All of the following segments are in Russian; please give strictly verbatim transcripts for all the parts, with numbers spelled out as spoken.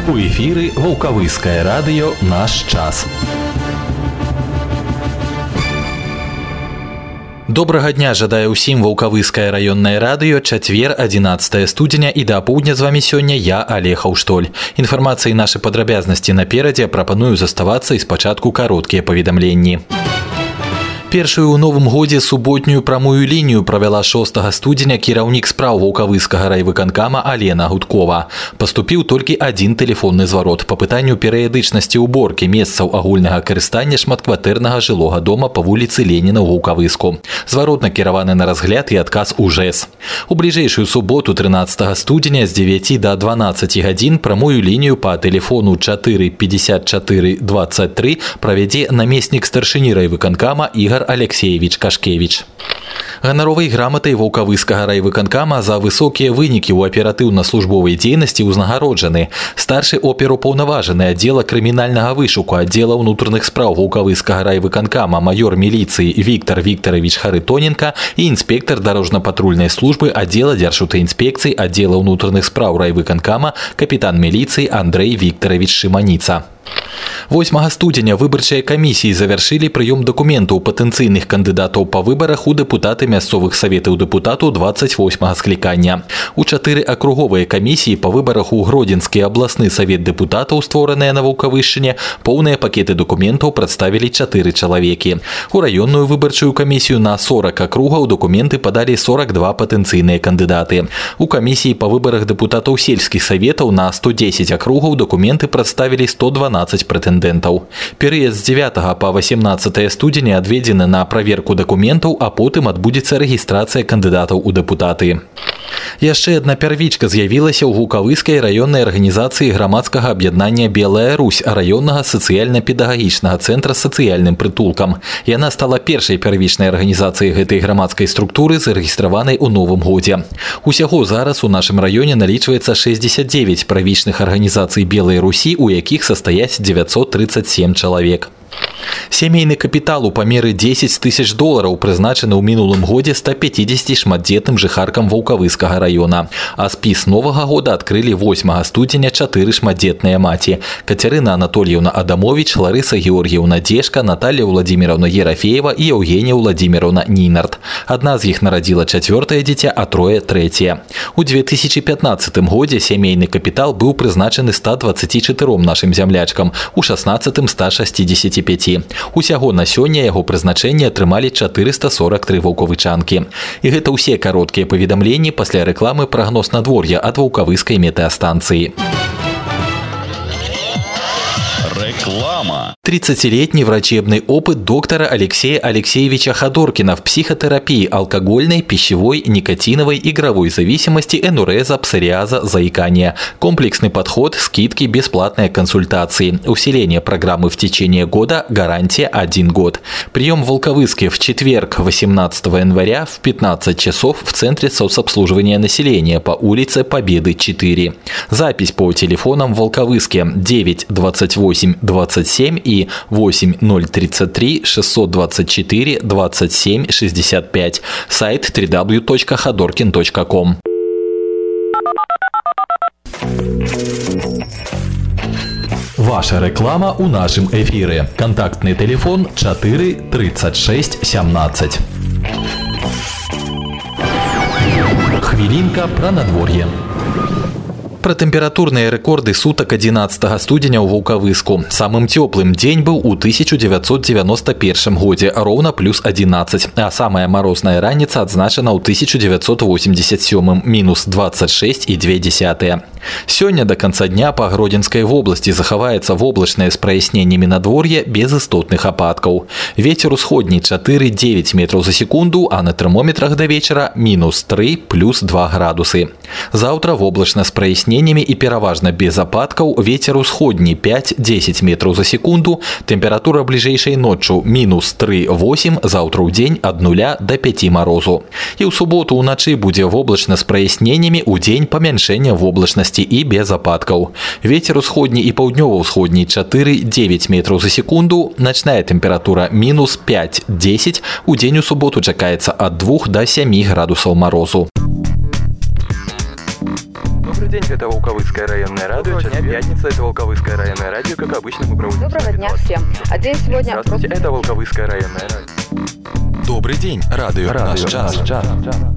У эфіры Ваўкавыскае радыё «Наш час». Добрага дня жадаю ўсім Ваўкавыскае раённае радыё, чацвер, адзінаццатае студзеня, і да апоўдня з вамі сёння я, Олег Аўштоль. Інфармацыі нашы падрабязнасці наперадзе, прапаную заставацца і спачатку кароткія паведамленні. Першую ў новым годзе суботнюю прамую лінію правяла шостага студзеня кіраўнік спраў Ваўкавыскага райвыканкама Алена Гудкова. Паступіў толькі адзін тэлефонны зварот па пытанню перыядычнасці ўборкі месцаў агульнага карыстання шматкватэрнага жылога дома па вуліцы Леніна ў Ваўкавыску. Зварот накіраваны на разгляд і адказ у ЖЭС. У бліжэйшую суботу трынаццатага студзеня з дзевяці да дванаццаці гадзін прамую лінію па тэлефону чатыры пятьдесят четыре двадцать три правядзе намеснік старшыні райвыканкама Ігар Алексеевич Кашкевич. Ганаровай граматай Ваўкавыскага райвыканкама за высокія вынікі ў аператыўна-службовай дзейнасці ўзнагароджаны старшы оперупаўнаважаны аддзела крымінальнага вышуку аддзела ўнутраных спраў Ваўкавыскага райвыканкама маёр міліцыі Віктор Вікторович Харытоненко і інспектар дарожна-патрульнай службы аддзела дзяржаўтаінспекцыі аддзела ўнутраных спраў райвыканкама капітан міліцыі Андрэй Вікторович Шыманіца. восьмага студзеня выбарчыя камісіі завяршылі прыём дакументаў патэнцыйных кандыдатаў па выбарах у дэпутаты мясцовых саветаў дэпутатаў двадцать восьмага склікання. У чатыры акруговыя камісіі па выбарах у Гродзенскі абласны савет дэпутатаў, створаныя на Ваўкавышчыне, поўныя пакеты дакументаў прадставілі чатыры чалавекі. У раённую выбарчую камісію на сорок акругаў дакументы падалі сорок два патэнцыйныя кандыдаты. У камісіі па выбарах дэпутатаў сельскіх саветаў на сто дзесяць акругаў дакументы прадставілі сто дванаццаць прэтэндэнтаў. Перыяд з дзевятага па васемнаццатае студзеня адведзены на праверку дакументаў, а потым адбудзецца рэгістрацыя кандыдатаў у дэпутаты. Яшчэ адна пярвічка з'явілася ў Ваўкавыскай раённай арганізацыі грамадскага аб'яднання «Белая Русь» раённага сацыяльна-педагагічнага цэнтра з сацыяльным прытулкам. Яна стала першай пярвічнай арганізацыяй гэтай грамадскай структуры, зарэгістраванай у новым годзе. Усяго зараз у нашым раёне налічваецца шэсцьдзесят девять правічных арганізацый «Белай Русі», у якіх састаяць девятьсот тридцать семь чалавек. Сямейны капітал у памеры дзесяць тысяч долараў прызначаны ў мінулым годзе ста пятидесяти шматдзетным жыхаркам Ваўкавыскага раёна. А спіс новага года адкрылі восьмага студзеня чатыры шматдзетныя маці: Кацярына Анатольевна Адамович, Ларыса Георгіевна Дзешка, Наталья Владимировна Ерафеева і Евгения Владимировна Нінард. Адна з іх нарадзіла чацвёртае дзіця, а трое трэцяе. У две тысячи пятнаццатым годзе сямейны капітал быў прызначаны ста двадцати чатыром нашым зямлячкам, у шаснаццатым ста шестидесяти пяти. Усяго на сёння яго прызначэнне атрымалі чатырыста сорок тры ваўкавычанкі. І гэта ўсе кароткія паведамленні. Пасля рэкламы прагноз надвор'я ад Ваўкавыскай метэастанцыі. Реклама. тридцатилетний врачебный опыт доктора Алексея Алексеевича Ходоркина в психотерапии алкогольной, пищевой, никотиновой, игровой зависимости, энуреза, псориаза, заикания. Комплексный подход, скидки, бесплатные консультации. Усиление программы в течение года, гарантия один год. Прием в Волковыске в четверг, восемнадцатого января в пятнадцать часов в Центре соцобслуживания населения по улице Победы четыре. Запись по телефонам в Волковыске девять двадцать восемь двадцать семь и восемь ноль тридцать три шестьсот двадцать четыре двадцать семь шестьдесят пять. Сайт дабл ю дабл ю дабл ю точка ходоркин точка ком. Ваша реклама у нашем эфире. Контактный телефон чатыры тридцать шесть семнадцать. Хвилинка про надворье. Пра тэмпературныя рэкорды сутак адзінаццатага студзеня ў Ваўкавыску. Самым цёплым дзень быў у тысяча девятьсот девяносто первом годзе, роўна плюс одиннадцать, а самая марозная раніца адзначана ў тысяча девятьсот восемьдесят сёмым, мінус двадцать шесть и две десятых. Сёння до конца дня па Гродзенскай вобласці захаваецца воблачнае з праясненнямі надвор'е без істотных ападкаў. Вецер усходні чатыры дзевяць метраў за секунду, а на тэрмометрах да вечара мінус три плюс два градусы. Заўтра воблачна з праясненнямі і пераважна без ападкаў, вецер усходні пять дзесяць метраў за секунду, тэмпература бліжэйшай ноччу мінус три восемь, заўтра ў дзень ад нуля до пяти марозу. І ў суботу ўначы будзе воблачна з праясненнямі, у дзень памяншэння воблачнасці і без ападкаў. Вецер усходні і паўднёва-ўсходні чатыры дзевяць метраў за секунду, начная тэмпература мінус пять дзесяць, у дзень у суботу чакаецца ад двух до семи градусаў марозу. Добрый день, это Волковыское районное радио. Сейчас пятница, это Волковыское районное радио. Как обычно, мы проводим... Доброго дня всем. А день сегодня... Здравствуйте, это Волковыское районное радио. Добрый день, радио, радио наш час. Наш час.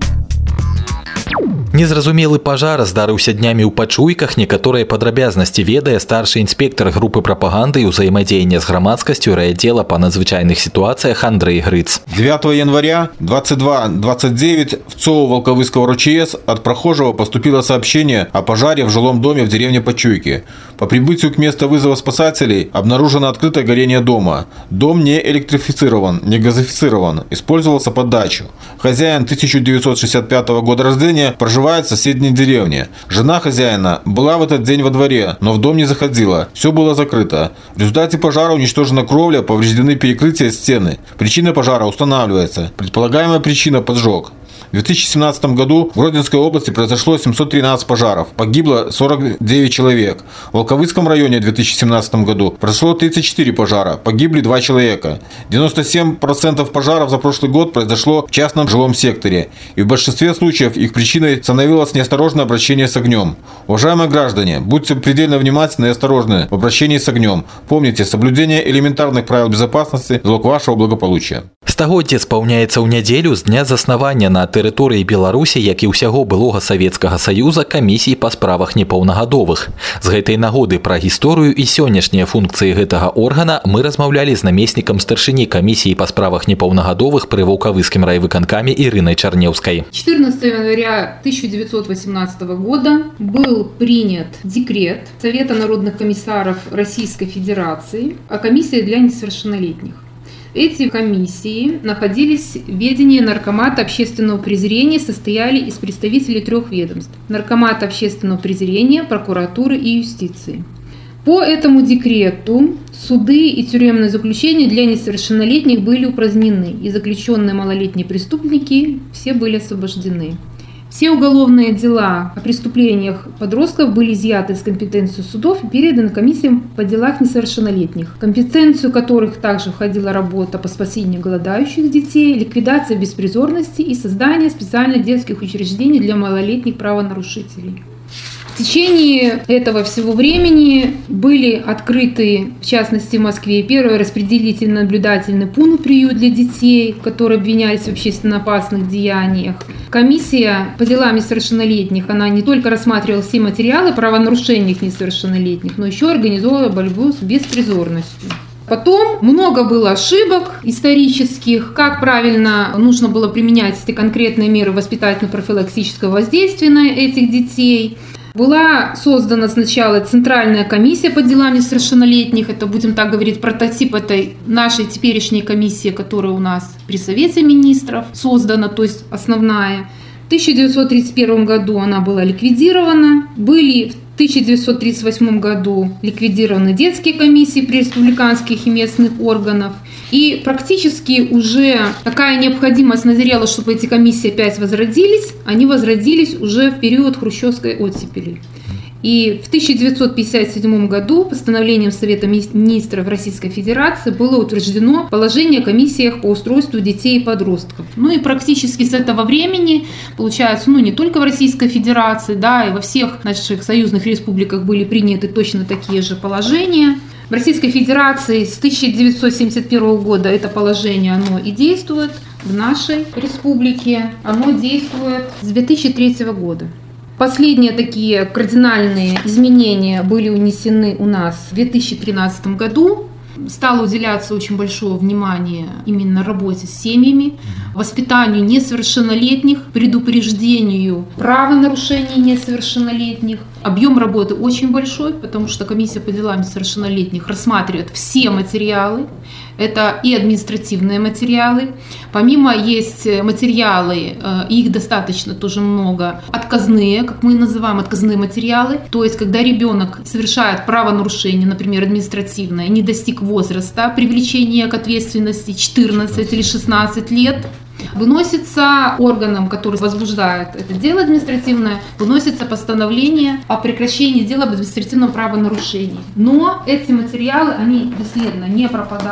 Незразумелы пажар здарыўся днямі ў Пачуйках. Некаторыя падрабязнасці ведае старшы інспектор групы прапаганды і ўзаемадзеяння з грамадскасцю райотдела по надзвычайных ситуациях Андрей Грыц. девятого января двадцать два двадцать девять в ЦОУ Волковыского РЧС от прохожего поступило сообщение о пожаре в жилом доме в деревне Пачуйки. По прибытию к месту вызова спасателей обнаружено открытое горение дома. Дом не электрифицирован, не газифицирован, использовался под дачу. Хозяин тысяча девятьсот шестьдесят пятого года рождения проживает в соседней деревне. Жена хозяина была в этот день во дворе, но в дом не заходила. Все было закрыто. В результате пожара уничтожена кровля, повреждены перекрытия, стены. Причина пожара устанавливается. Предполагаемая причина – поджог. В две тысячи семнадцатом году в Гродненской области произошло семьсот тринадцать пожаров, погибло сорок девять человек. В Волковыском районе в две тысячи семнадцатом году произошло тридцать четыре пожара, погибли два человека. девяносто семь процентов пожаров за прошлый год произошло в частном жилом секторе, и в большинстве случаев их причиной становилось неосторожное обращение с огнем. Уважаемые граждане, будьте предельно внимательны и осторожны в обращении с огнем. Помните, соблюдение элементарных правил безопасности – залог вашего благополучия. Стагоддзе спаўняецца ў нядзелю з дня заснавання на тэрыторыі Беларусі, як і ўсяго былога Савецкага Саюза, камісіі па справах непаўнагадовых. З гэтай нагоды пра гісторыю і сённяшнія функцыі гэтага органа мы размаўлялі з намеснікам старшыні камісіі па справах непаўнагадовых пры Волковыскім райвыканкаме Ирыной Черневской. четырнадцатого января тысяча девятьсот восемнадцатого года был принят декрет Совета народных комиссаров Российской Федерации о комиссии для несовершеннолетних. Эти комиссии находились в ведении Наркомата общественного презрения, состояли из представителей трех ведомств – Наркомата общественного презрения, прокуратуры и юстиции. По этому декрету суды и тюремные заключения для несовершеннолетних были упразднены, и заключенные малолетние преступники все были освобождены. Все уголовные дела о преступлениях подростков были изъяты из компетенции судов и переданы комиссиям по делах несовершеннолетних, в компетенцию которых также входила работа по спасению голодающих детей, ликвидация беспризорности и создание специальных детских учреждений для малолетних правонарушителей. В течение этого всего времени были открыты, в частности в Москве, первый распределительно-наблюдательный пункт приют для детей, которые обвинялись в общественно опасных деяниях. Комиссия по делам несовершеннолетних, она не только рассматривала все материалы о правонарушениях несовершеннолетних, но еще организовывала борьбу с беспризорностью. Потом много было ошибок исторических, как правильно нужно было применять эти конкретные меры воспитательно-профилактического воздействия на этих детей. Была создана сначала Центральная комиссия по делам несовершеннолетних, это, будем так говорить, прототип этой нашей теперешней комиссии, которая у нас при Совете министров создана, то есть основная. В тысяча девятьсот тридцать первом году она была ликвидирована. Были в тысяча девятьсот тридцать восьмом году ликвидированы детские комиссии при республиканских и местных органах. И практически уже такая необходимость назрела, чтобы эти комиссии опять возродились. Они возродились уже в период хрущевской оттепели. И в тысяча девятьсот пятьдесят седьмом году постановлением Совета министров Российской Федерации было утверждено положение о комиссиях по устройству детей и подростков. Ну и практически с этого времени, получается, ну не только в Российской Федерации, да, и во всех наших союзных республиках были приняты точно такие же положения. В Российской Федерации с тысяча девятьсот семьдесят первого года это положение, оно и действует. В нашей республике оно действует с две тысячи третьего года. Последние такие кардинальные изменения были унесены у нас в две тысячи тринадцатом году. Стало уделяться очень большое внимание именно работе с семьями, воспитанию несовершеннолетних, предупреждению правонарушений несовершеннолетних. Объем работы очень большой, потому что комиссия по делам несовершеннолетних рассматривает все материалы. Это и административные материалы. Помимо есть материалы, их достаточно тоже много, отказные, как мы называем, отказные материалы. То есть, когда ребенок совершает правонарушение, например, административное, не достиг возраста привлечения к ответственности четырнадцать или шестнадцать лет, выносится органом, который возбуждает это дело административное, выносится постановление о прекращении дела об административном правонарушении. Но эти материалы, они бесследно не пропадают.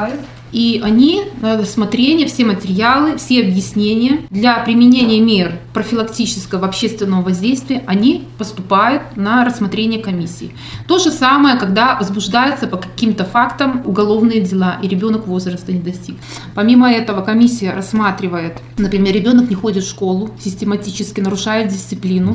И они на рассмотрение, все материалы, все объяснения для применения мер профилактического общественного воздействия, они поступают на рассмотрение комиссии. То же самое, когда возбуждаются по каким-то фактам уголовные дела, и ребенок возраста не достиг. Помимо этого, комиссия рассматривает, например, ребенок не ходит в школу, систематически нарушает дисциплину,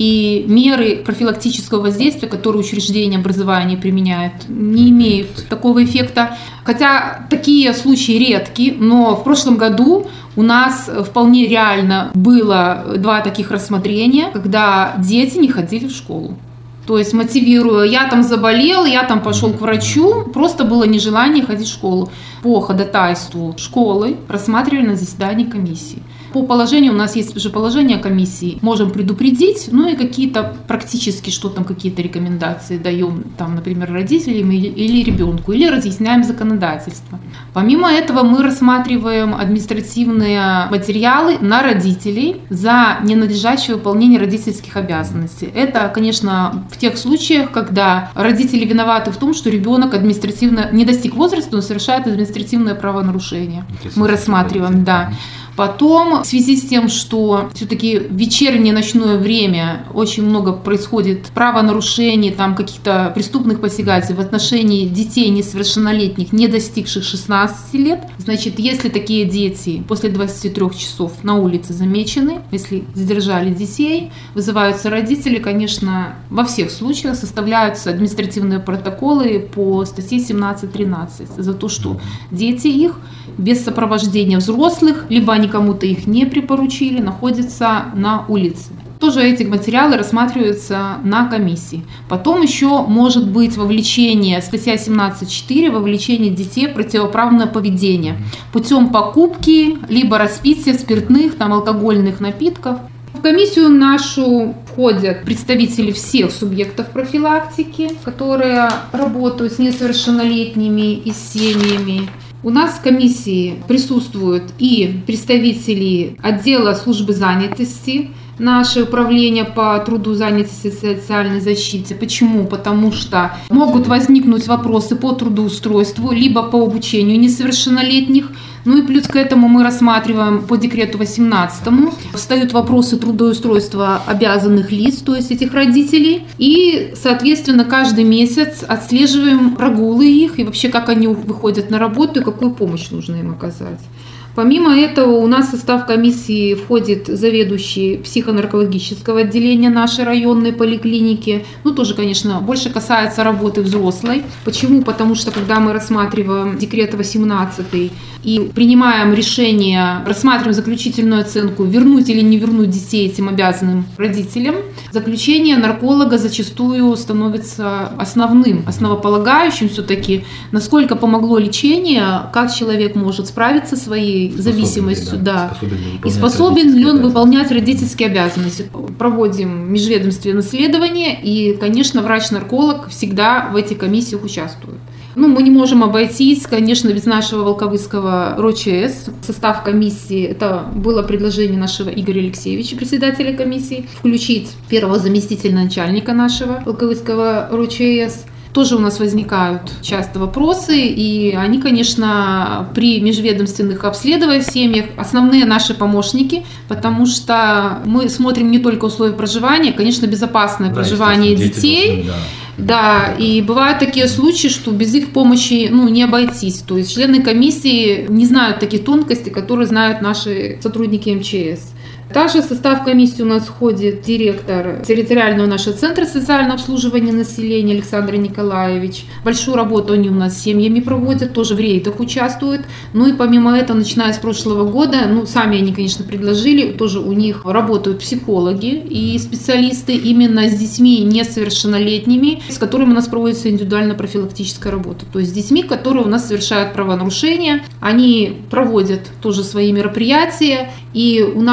и меры профилактического воздействия, которые учреждения образования применяют, не имеют такого эффекта. Хотя такие случаи редки, но в прошлом году у нас вполне реально было два таких рассмотрения, когда дети не ходили в школу. То есть мотивируя, я там заболел, я там пошел к врачу, просто было нежелание ходить в школу. По ходатайству школы рассматривали на заседании комиссии. По положению, у нас есть уже положение комиссии, можем предупредить, ну и какие-то практически, что там, какие-то рекомендации даем, там, например, родителям или, или ребенку, или разъясняем законодательство. Помимо этого мы рассматриваем административные материалы на родителей за ненадлежащее выполнение родительских обязанностей. Это, конечно, в тех случаях, когда родители виноваты в том, что ребенок административно не достиг возраста, но совершает административное правонарушение. Мы рассматриваем, да. Потом, в связи с тем, что все-таки в вечернее ночное время очень много происходит правонарушений, там каких-то преступных посягательств в отношении детей несовершеннолетних, не достигших шестнадцати лет, значит, если такие дети после двадцати трёх часов на улице замечены, если задержали детей, вызываются родители, конечно, во всех случаях составляются административные протоколы по статье семнадцать тринадцать за то, что дети их без сопровождения взрослых, либо они кому-то их не припоручили, находятся на улице. Тоже эти материалы рассматриваются на комиссии. Потом еще может быть вовлечение, статья семнадцать четыре, вовлечение детей в противоправное поведение путем покупки, либо распития спиртных, там, алкогольных напитков. В комиссию нашу входят представители всех субъектов профилактики, которые работают с несовершеннолетними и с семьями. У нас в комиссии присутствуют и представители отдела службы занятости, наше управление по труду, занятости и социальной защите. Почему? Потому что могут возникнуть вопросы по трудоустройству, либо по обучению несовершеннолетних. Ну и плюс к этому мы рассматриваем по декрету восемнадцатому. Встают вопросы трудоустройства обязанных лиц, то есть этих родителей. И, соответственно, каждый месяц отслеживаем прогулы их и вообще, как они выходят на работу и какую помощь нужно им оказать. Помимо этого у нас в состав комиссии входит заведующий психонаркологического отделения нашей районной поликлиники. Ну, тоже, конечно, больше касается работы взрослой. Почему? Потому что, когда мы рассматриваем декрет восемнадцатый и принимаем решение, рассматриваем заключительную оценку, вернуть или не вернуть детей этим обязанным родителям, заключение нарколога зачастую становится основным, основополагающим все-таки, насколько помогло лечение, как человек может справиться со своей зависимостью, да, и способен ли он выполнять родительские обязанности. Проводим межведомственное исследование, и, конечно, врач-нарколог всегда в этих комиссиях участвует. Ну, мы не можем обойтись, конечно, без нашего Волковыского РОЧС. Состав комиссии, это было предложение нашего Игоря Алексеевича, председателя комиссии, включить первого заместителя начальника нашего Волковыского РОЧС. Тоже у нас возникают часто вопросы, и они, конечно, при межведомственных обследованиях в семьях основные наши помощники, потому что мы смотрим не только условия проживания, конечно, безопасное да, проживание детей. Должны, да. Да, и бывают такие случаи, что без их помощи ну, не обойтись. То есть члены комиссии не знают таких тонкостей, которые знают наши сотрудники эм че эс. Также в состав комиссии у нас входит директор территориального нашего центра социального обслуживания населения Александр Николаевич. Большую работу они у нас с семьями проводят, тоже в рейдах участвуют. Ну и помимо этого, начиная с прошлого года, ну сами они, конечно, предложили, тоже у них работают психологи и специалисты именно с детьми несовершеннолетними, с которыми у нас проводится индивидуально-профилактическая работа. То есть с детьми, которые у нас совершают правонарушения, они проводят тоже свои мероприятия, и у нас вот уже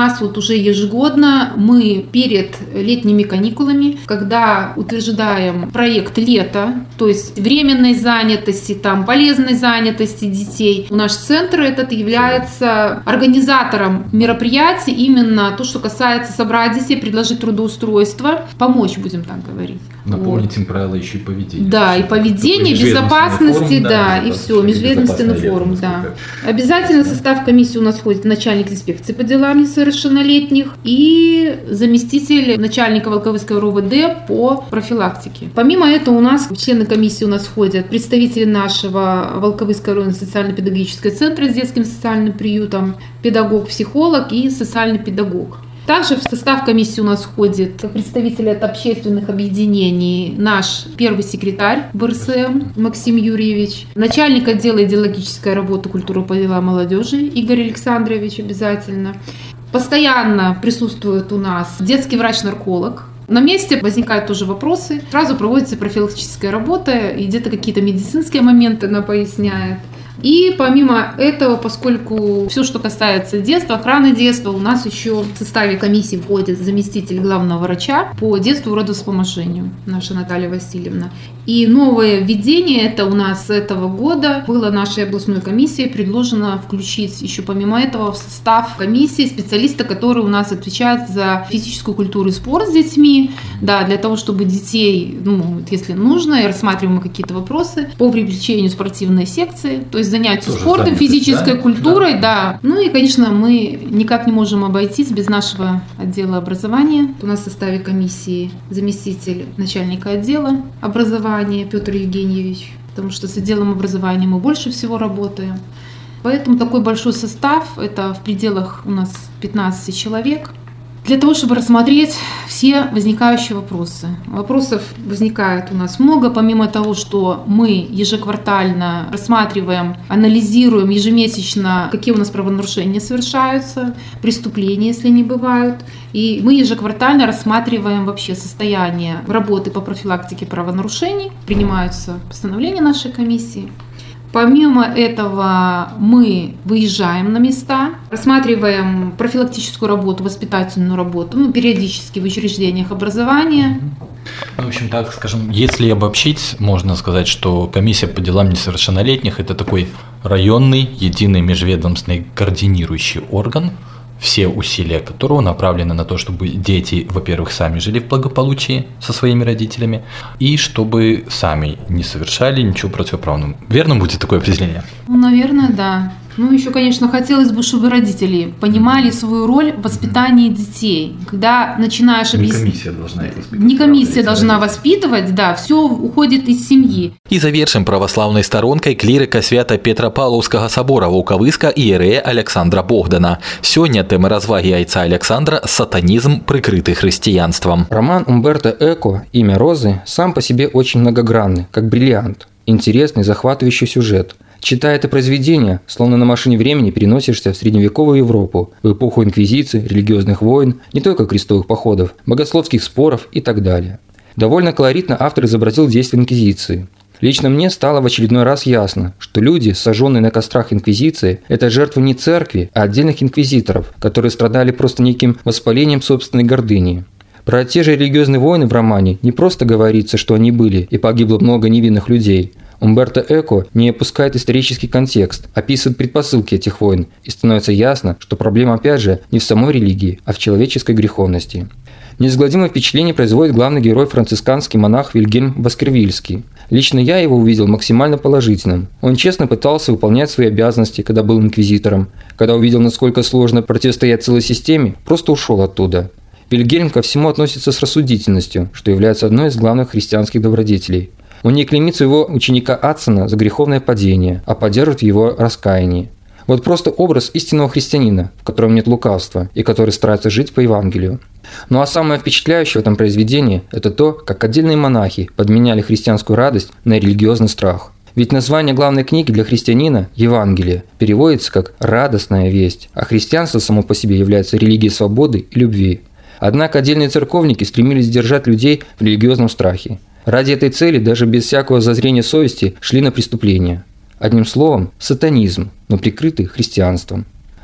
уже ежегодно мы перед летними каникулами, когда утверждаем проект лета, то есть временной занятости, там, полезной занятости детей, наш центр этот является организатором мероприятий, именно то, что касается собрать детей, предложить трудоустройство, помочь, будем так говорить. Напомнить вот. им правила еще и поведения. Да, и поведение, безопасности, форум, да, да, и все, межведомственный форум, да. Обязательно в состав комиссии у нас входит начальник инспекции по делам несовершеннолетних и заместитель начальника Волковыского РОВД по профилактике. Помимо этого у нас в члены комиссии у нас входят представители нашего Волковыского районного социально-педагогического центра с детским социальным приютом, педагог, психолог и социальный педагог. Также в состав комиссии у нас входит представители от общественных объединений, наш первый секретарь БРСМ Максим Юрьевич, начальник отдела идеологической работы, культуры по делам молодежи Игорь Александрович обязательно. Постоянно присутствует у нас детский врач-нарколог. На месте возникают тоже вопросы, сразу проводится профилактическая работа, и где-то какие-то медицинские моменты она поясняет. И помимо этого, поскольку все, что касается детства, охраны детства, у нас еще в составе комиссии входит заместитель главного врача по детству и родовспоможению, наша Наталья Васильевна. И новое введение, это у нас с этого года, было нашей областной комиссией предложено включить еще помимо этого в состав комиссии специалиста, который у нас отвечает за физическую культуру и спорт с детьми, да, для того, чтобы детей, ну, если нужно, и рассматриваем какие-то вопросы по привлечению спортивной секции, то есть занятию тоже спортом, физической да? культурой, да. да. Ну и, конечно, мы никак не можем обойтись без нашего отдела образования. У нас в составе комиссии заместитель начальника отдела образования Петр Евгеньевич, потому что с отделом образования мы больше всего работаем. Поэтому такой большой состав, это в пределах у нас пятнадцать человек, для того, чтобы рассмотреть все возникающие вопросы. Вопросов возникает у нас много, помимо того, что мы ежеквартально рассматриваем, анализируем ежемесячно, какие у нас правонарушения совершаются, преступления, если они бывают. И мы ежеквартально рассматриваем вообще состояние работы по профилактике правонарушений, принимаются постановления нашей комиссии. Помимо этого мы выезжаем на места, рассматриваем профилактическую работу, воспитательную работу, ну, периодически в учреждениях образования. Ну, в общем, так скажем, если обобщить, можно сказать, что комиссия по делам несовершеннолетних – это такой районный, единый межведомственный координирующий орган, все усилия которого направлены на то, чтобы дети, во-первых, сами жили в благополучии со своими родителями, и чтобы сами не совершали ничего противоправного. Верно будет такое определение? Ну, наверное, да. Ну, еще, конечно, хотелось бы, чтобы родители понимали свою роль в воспитании детей. Когда начинаешь объяснять... Не комиссия должна их воспитывать. Не комиссия должна воспитывать, да, все уходит из семьи. І завершым праваслаўнай старонкай клірыка свята Петрапаўлаўскага сабора Ваўкавыска іерэя Александра Богдана. Сёння тэма развагі айца Александра «Сатанизм, прикрытый христианством». Роман Умберто Эко «Имя Розы» сам по себе очень многогранный, как бриллиант. Интересный, захватывающий сюжет. Читая это произведение, словно на машине времени переносишься в средневековую Европу, в эпоху инквизиции, религиозных войн, не только крестовых походов, богословских споров и так далее. Довольно колоритно автор изобразил действия инквизиции. Лично мне стало в очередной раз ясно, что люди, сожженные на кострах инквизиции, это жертвы не церкви, а отдельных инквизиторов, которые страдали просто неким воспалением собственной гордыни. Про те же религиозные войны в романе не просто говорится, что они были и погибло много невинных людей. Умберто Эко не опускает исторический контекст, описывает предпосылки этих войн, и становится ясно, что проблема опять же не в самой религии, а в человеческой греховности. Неизгладимое впечатление производит главный герой францисканский монах Вильгельм Баскервильский. Лично я его увидел максимально положительным. Он честно пытался выполнять свои обязанности, когда был инквизитором. Когда увидел, насколько сложно противостоять целой системе, просто ушел оттуда. Вильгельм ко всему относится с рассудительностью, что является одной из главных христианских добродетелей. Он не клеймит своего ученика Адсона за греховное падение, а поддерживает его раскаяние. Вот просто образ истинного христианина, в котором нет лукавства и который старается жить по Евангелию. Ну а самое впечатляющее в этом произведении – это то, как отдельные монахи подменяли христианскую радость на религиозный страх. Ведь название главной книги для христианина – Евангелие – переводится как «радостная весть», а христианство само по себе является религией свободы и любви. Однако отдельные церковники стремились держать людей в религиозном страхе. Ради этой цели даже без всякого зазрения совести шли на преступления. Одним словом, сатанизм, но прикрытый христианством.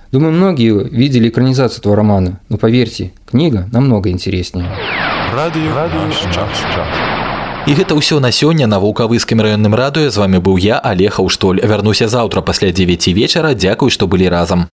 Думаю, многие видели экранизацию этого романа, но поверьте, книга намного интереснее. Радыё, радыё, час, час. І гэта ўсё на сёння на вулкавыскім раённым радыё. З вами быў я, Олег Аўштоль. Вярнуся заўтра пасля дзевяці вечара. Дзякуй, што былі разам.